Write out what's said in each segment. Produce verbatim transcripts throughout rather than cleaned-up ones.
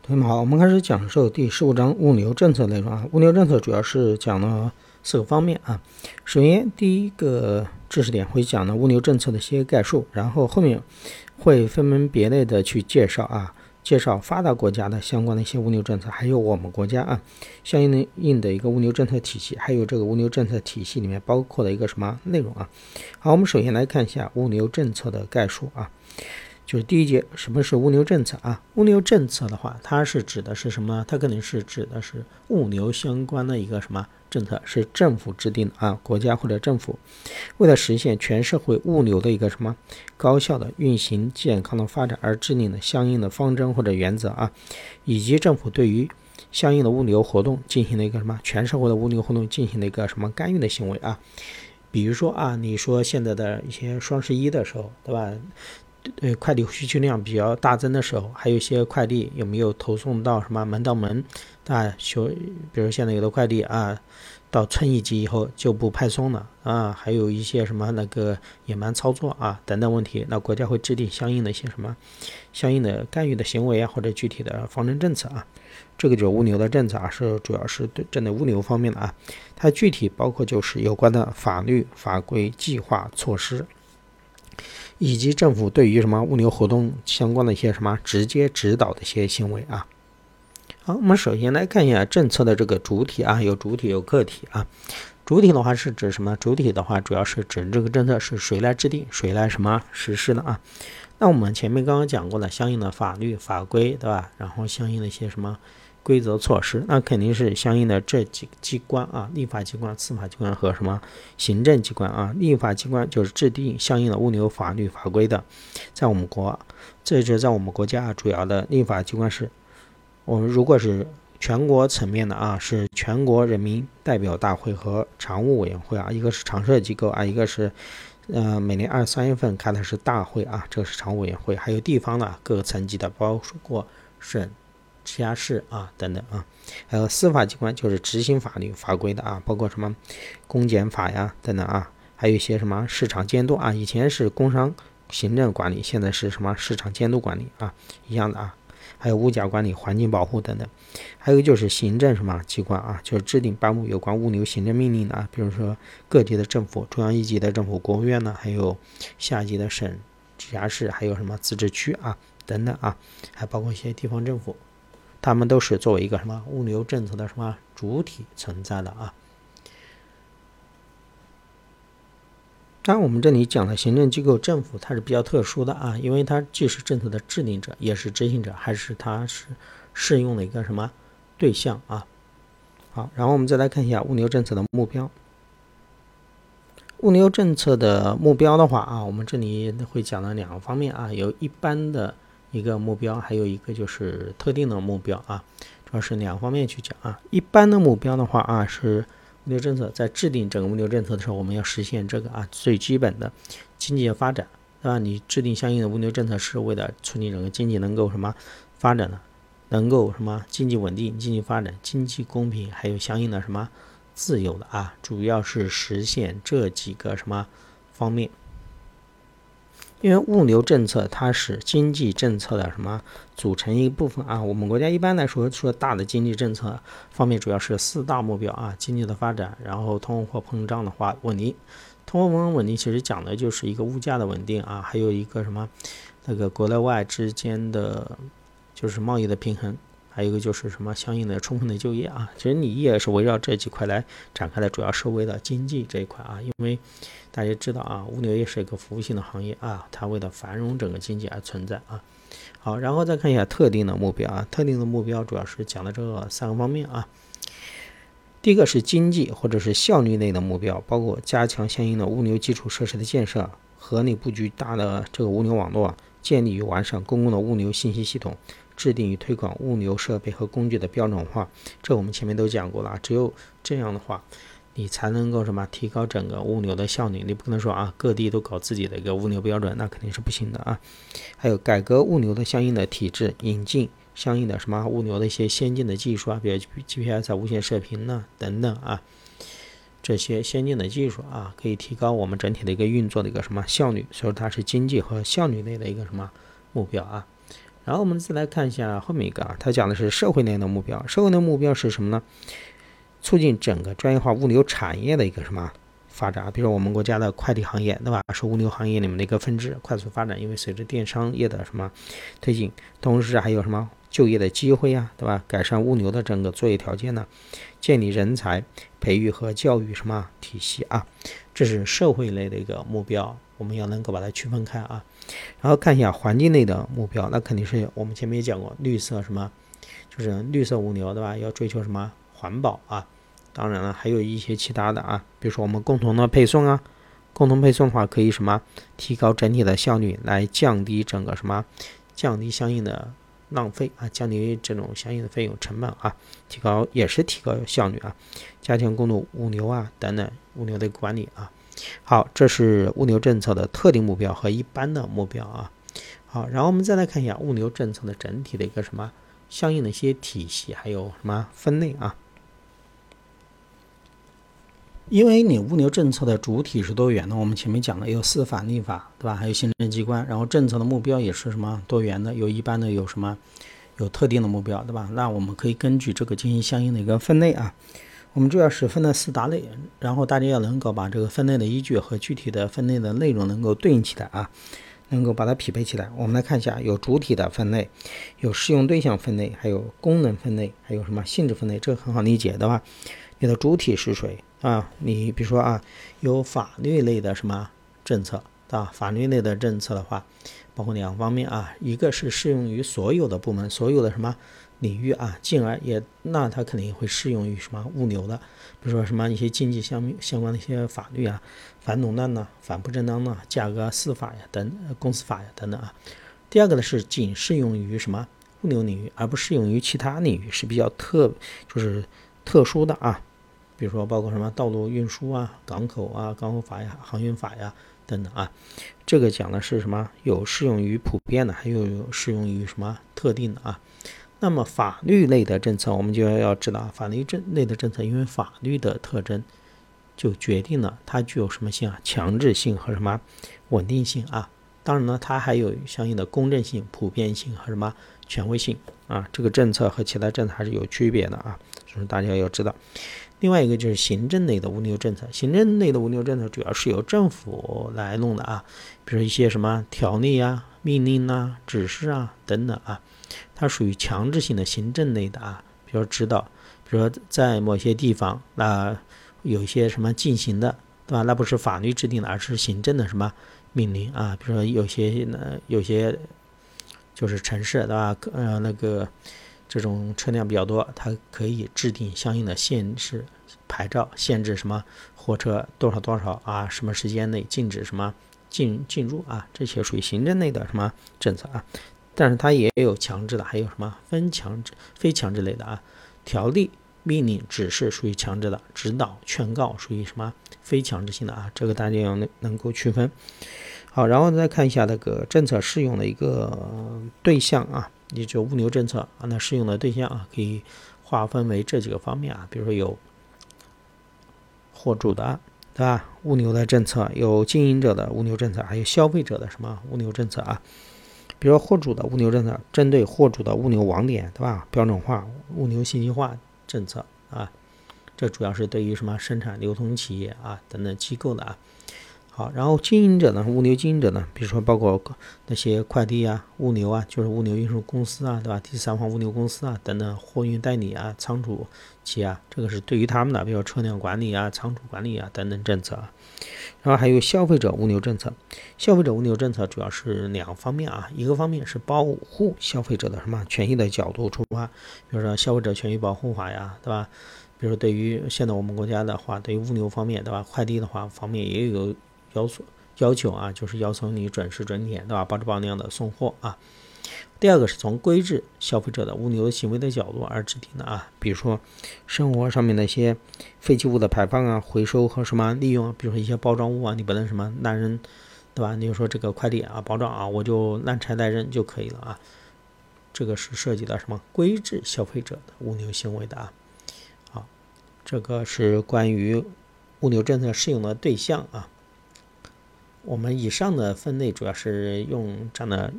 同学们好，我们开始讲授第十五章物流政策内容啊。物流政策主要是讲了四个方面啊。首先，第一个知识点会讲了物流政策的一些概述，然后后面会分门别类的去介绍啊，介绍发达国家的相关的一些物流政策，还有我们国家啊相应的应的一个物流政策体系，还有这个物流政策体系里面包括的一个什么内容啊。好，我们首先来看一下物流政策的概述啊。就是第一节，什么是物流政策啊？物流政策的话，它是指的是什么？它肯定是指的是物流相关的一个什么政策，是政府制定的啊，国家或者政府为了实现全社会物流的一个什么高效的运行、健康的发展而制定的相应的方针或者原则啊，以及政府对于相应的物流活动进行了一个什么全社会的物流活动进行了一个什么干预的行为啊。比如说啊，你说现在的一些双十一的时候，对吧？对快递需求量比较大增的时候，还有一些快递有没有投送到什么门到门啊？比如现在有的快递啊，到村一级以后就不派送了啊，还有一些什么那个野蛮操作啊等等问题，那国家会制定相应的一些什么相应的干预的行为啊，或者具体的方针政策啊。这个就是物流的政策啊，是主要是对针对物流方面的啊，它具体包括就是有关的法律法规、计划措施。以及政府对于什么物流活动相关的一些什么直接指导的一些行为啊。好，我们首先来看一下政策的这个主体啊，有主体有个体啊。主体的话是指什么？主体的话主要是指这个政策是谁来制定，谁来什么实施的啊。那我们前面刚刚讲过的相应的法律法规，对吧？然后相应的一些什么规则措施，那肯定是相应的这几个机关啊，立法机关、司法机关和什么行政机关啊。立法机关就是制定相应的物流法律法规的，在我们国，这就在我们国家主要的立法机关是，我们如果是全国层面的啊，是全国人民代表大会和常务委员会啊，一个是常设机构啊，一个是呃每年二三月份开的是大会啊，这是常务委员会，还有地方的各个层级的，包括省、直辖市啊等等啊，还有司法机关就是执行法律法规的啊，包括什么公检法呀等等啊，还有一些什么市场监督啊，以前是工商行政管理，现在是什么市场监督管理啊，一样的啊，还有物价管理、环境保护等等，还有就是行政什么机关啊，就是制定颁布有关物流行政命令的啊，比如说各级的政府、中央一级的政府、国务院呢，还有下级的省、直辖市，还有什么自治区啊等等啊，还包括一些地方政府。他们都是作为一个什么物流政策的什么主体存在的啊。当然我们这里讲的行政机构政府它是比较特殊的啊，因为它既是政策的制定者，也是执行者，还是它是适用的一个什么对象啊。好，然后我们再来看一下物流政策的目标。物流政策的目标的话啊，我们这里会讲了两个方面啊，有一般的一个目标，还有一个就是特定的目标啊，主要是两方面去讲啊。一般的目标的话啊，是物流政策在制定整个物流政策的时候，我们要实现这个啊最基本的经济的发展，对吧？你制定相应的物流政策是为了促进整个经济能够什么发展的，能够什么经济稳定、经济发展、经济公平，还有相应的什么自由的啊，主要是实现这几个什么方面。因为物流政策它是经济政策的什么组成一部分啊？我们国家一般来说说大的经济政策方面主要是四大目标啊，经济的发展，然后通货膨胀的话稳定，通货膨胀稳定其实讲的就是一个物价的稳定啊，还有一个什么那个国内外之间的就是贸易的平衡，还有一个就是什么相应的充分的就业啊。其实你也是围绕这几块来展开的，主要是为了经济这一块啊，因为大家知道啊，物流业是一个服务性的行业啊，它为了繁荣整个经济而存在啊。好，然后再看一下特定的目标啊，特定的目标主要是讲的这三个方面啊。第一个是经济或者是效率类的目标，包括加强相应的物流基础设施的建设，合理布局大的这个物流网络，建立与完善公共的物流信息系统，制定与推广物流设备和工具的标准化。这我们前面都讲过了，只有这样的话你才能够什么提高整个物流的效率，你不可能说啊各地都搞自己的一个物流标准，那肯定是不行的啊。还有改革物流的相应的体制，引进相应的什么物流的一些先进的技术啊，比如 G P S 无线射频呢等等啊，这些先进的技术啊，可以提高我们整体的一个运作的一个什么效率，所以它是经济和效率类的一个什么目标啊。 然后我们再来看一下后面一个啊，它讲的是社会类的目标。社会类目标是什么呢？促进整个专业化物流产业的一个什么发展？比如说我们国家的快递行业，对吧？是物流行业里面的一个分支，快速发展，因为随着电商业的什么推进，同时还有什么就业的机会啊，对吧？改善物流的整个作业条件呢，建立人才培育和教育什么体系啊，这是社会类的一个目标，我们要能够把它区分开啊。然后看一下环境类的目标，那肯定是我们前面也讲过，绿色什么，就是绿色物流，对吧？要追求什么环保啊。当然了，还有一些其他的啊，比如说我们共同的配送啊，共同配送的话可以什么提高整体的效率，来降低整个什么，降低相应的浪费啊，降低这种相应的费用成本啊，提高也是提高效率啊，加强公路物流啊等等物流的管理啊。好，这是物流政策的特定目标和一般的目标啊。好，然后我们再来看一下物流政策的整体的一个什么相应的一些体系，还有什么分类啊。因为你物流政策的主体是多元的，我们前面讲了有司法、立法，对吧？还有行政机关，然后政策的目标也是什么多元的，有一般的，有什么有特定的目标，对吧？那我们可以根据这个进行相应的一个分类啊。我们主要是分了四大类，然后大家要能够把这个分类的依据和具体的分类的内容能够对应起来啊，能够把它匹配起来。我们来看一下，有主体的分类，有适用对象分类，还有功能分类，还有什么性质分类，这个很好理解，对吧？你的主体是谁啊？你比如说啊，有法律类的什么政策啊？法律类的政策的话，包括两方面啊，一个是适用于所有的部门、所有的什么领域啊，进而也那它肯定会适用于什么物流的，比如说什么一些经济相相关的一些法律啊，反垄断呢、反不正当呢、价格司法呀等公司法呀等等啊。第二个呢是仅适用于什么物流领域，而不适用于其他领域，是比较特就是特殊的啊。比如说包括什么道路运输啊、港口啊、港口法呀、航运法呀等等啊，这个讲的是什么？有适用于普遍的，还有有适用于什么特定的啊？那么法律类的政策，我们就要知道，法律类的政策，因为法律的特征就决定了它具有什么性啊？强制性和什么稳定性啊？当然呢，它还有相应的公正性、普遍性和什么权威性啊？这个政策和其他政策还是有区别的啊，所以大家要知道。另外一个就是行政类的物流政策，行政类的物流政策主要是由政府来弄的啊，比如一些什么条例啊、命令啊、指示啊等等啊，它属于强制性的行政类的啊，比如指导，比如说在某些地方那有一些什么进行的，对吧？那不是法律制定的，而是行政的什么命令啊，比如说有些呢，有些就是城市，对吧？呃，那个。这种车辆比较多，它可以制定相应的限制牌照，限制什么货车多少多少啊，什么时间内禁止什么进进入啊，这些属于行政类的什么政策啊。但是它也有强制的，还有什么分强制、非强制类的啊。条例、命令、指示属于强制的，指导、劝告属于什么非强制性的啊。这个大家要能能够区分。好，然后再看一下那个政策适用的一个对象啊。也就物流政策啊，那适用的对象啊，可以划分为这几个方面啊，比如说有货主的，对吧？物流的政策，有经营者的物流政策，还有消费者的什么物流政策啊？比如说货主的物流政策，针对货主的物流网点，对吧？标准化、物流信息化政策啊，这主要是对于什么生产流通企业啊等等机构的啊。好，然后经营者呢，物流经营者呢，比如说包括那些快递啊、物流啊，就是物流运输公司啊，对吧？第三方物流公司啊等等，货运代理啊、仓储企业啊，这个是对于他们的，比如车辆管理啊、仓储管理啊等等政策啊。然后还有消费者物流政策，消费者物流政策主要是两方面啊，一个方面是保护消费者的什么权益的角度出发，比如说消费者权益保护法呀，对吧？比如说对于现在我们国家的话，对于物流方面，对吧？快递的话方面也有要求要求啊，就是要求你准时准点，对吧？保质保量的送货啊。第二个是从规制消费者的物流行为的角度而制定的啊，比如说生活上面的一些废弃物的排放啊、回收和什么利用啊，比如说一些包装物啊，你不能什么滥扔，对吧？你就说这个快递啊、包装啊，我就滥拆滥扔就可以了啊。这个是涉及到什么规制消费者的物流行为的啊。好，这个是关于物流政策适用的对象啊。我们以上的分类主要是用这样的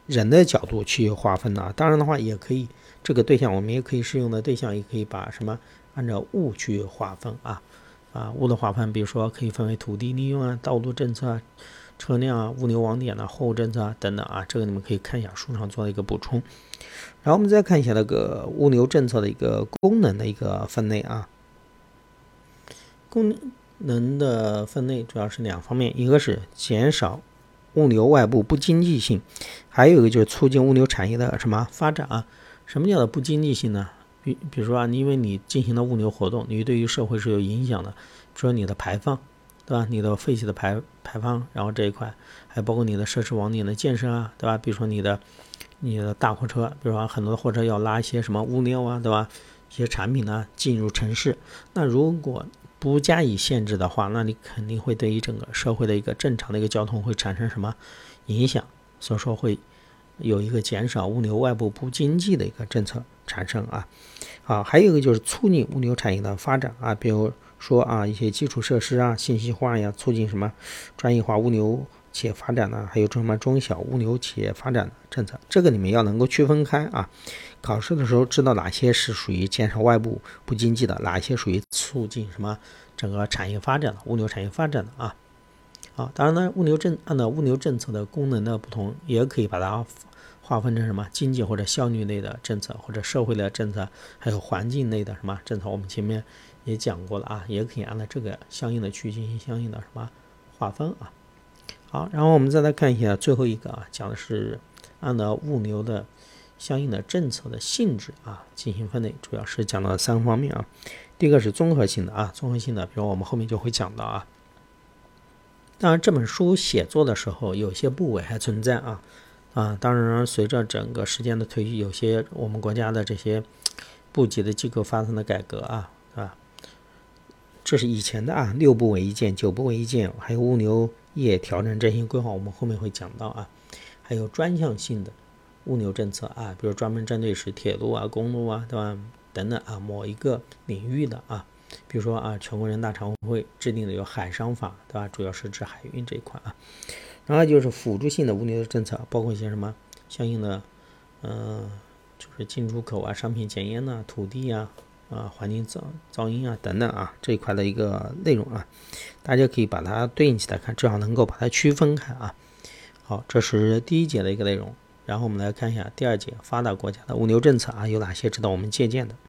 人的角度去划分的啊。当然的话，也可以这个对象我们也可以适用的对象，也可以把什么按照物去划分啊啊物的划分，比如说可以分为土地利用啊、道路政策啊、车辆啊、物流网点啊、货物政策啊等等啊，这个你们可以看一下书上做的一个补充。然后我们再看一下那个物流政策的一个功能的一个分类啊。功能的分类主要是两方面，一个是减少物流外部不经济性，还有一个就是促进物流产业的什么发展啊？什么叫做不经济性呢？比比如说啊，因为你进行的物流活动，你对于社会是有影响的，比如说你的排放，对吧？你的废气的排排放，然后这一块还包括你的设施网点的建设啊，对吧？比如说你的你的大货车，比如说很多货车要拉一些什么物料啊，对吧？一些产品呢进入城市，那如果不加以限制的话，那你肯定会对于整个社会的一个正常的一个交通会产生什么影响？所以说会有一个减少物流外部不经济的一个政策产生啊。啊，还有一个就是促进物流产业的发展啊，比如说啊一些基础设施啊、信息化呀，促进什么专业化物流企业发展呢？还有什么中小物流企业发展的政策，这个你们要能够区分开啊。考试的时候知道哪些是属于减少外部不经济的，哪些属于促进什么整个产业发展的、物流产业发展的啊。啊，当然呢，物流政按照物流政策的功能的不同，也可以把它划分成什么经济或者效率类的政策，或者社会的政策，还有环境类的什么政策。我们前面也讲过了啊，也可以按照这个相应的去进行相应的什么划分啊。好，然后我们再来看一下最后一个啊，讲的是按照物流的相应的政策的性质啊进行分类，主要是讲到三个方面啊。第一个是综合性的啊，综合性的，比如我们后面就会讲到啊。当然这本书写作的时候有些部位还存在啊啊，当然随着整个时间的推移，有些我们国家的这些部级的机构发生了改革啊，是吧？这是以前的啊，六部为一件、九部为一件，还有物流业调整振兴规划，我们后面会讲到啊。还有专项性的物流政策啊，比如专门针对是铁路啊、公路啊，对吧？等等啊，某一个领域的啊。比如说啊，全国人大常委会制定的有海商法，对吧？主要是指海运这一块啊。然后就是辅助性的物流政策，包括一些什么相应的，呃，就是进出口啊、商品检验呐、土地啊、啊环境噪噪音啊等等啊这一块的一个内容啊，大家可以把它对应起来看，至少能够把它区分开啊。好，这是第一节的一个内容。然后我们来看一下第二节，发达国家的物流政策啊有哪些值得我们借鉴的。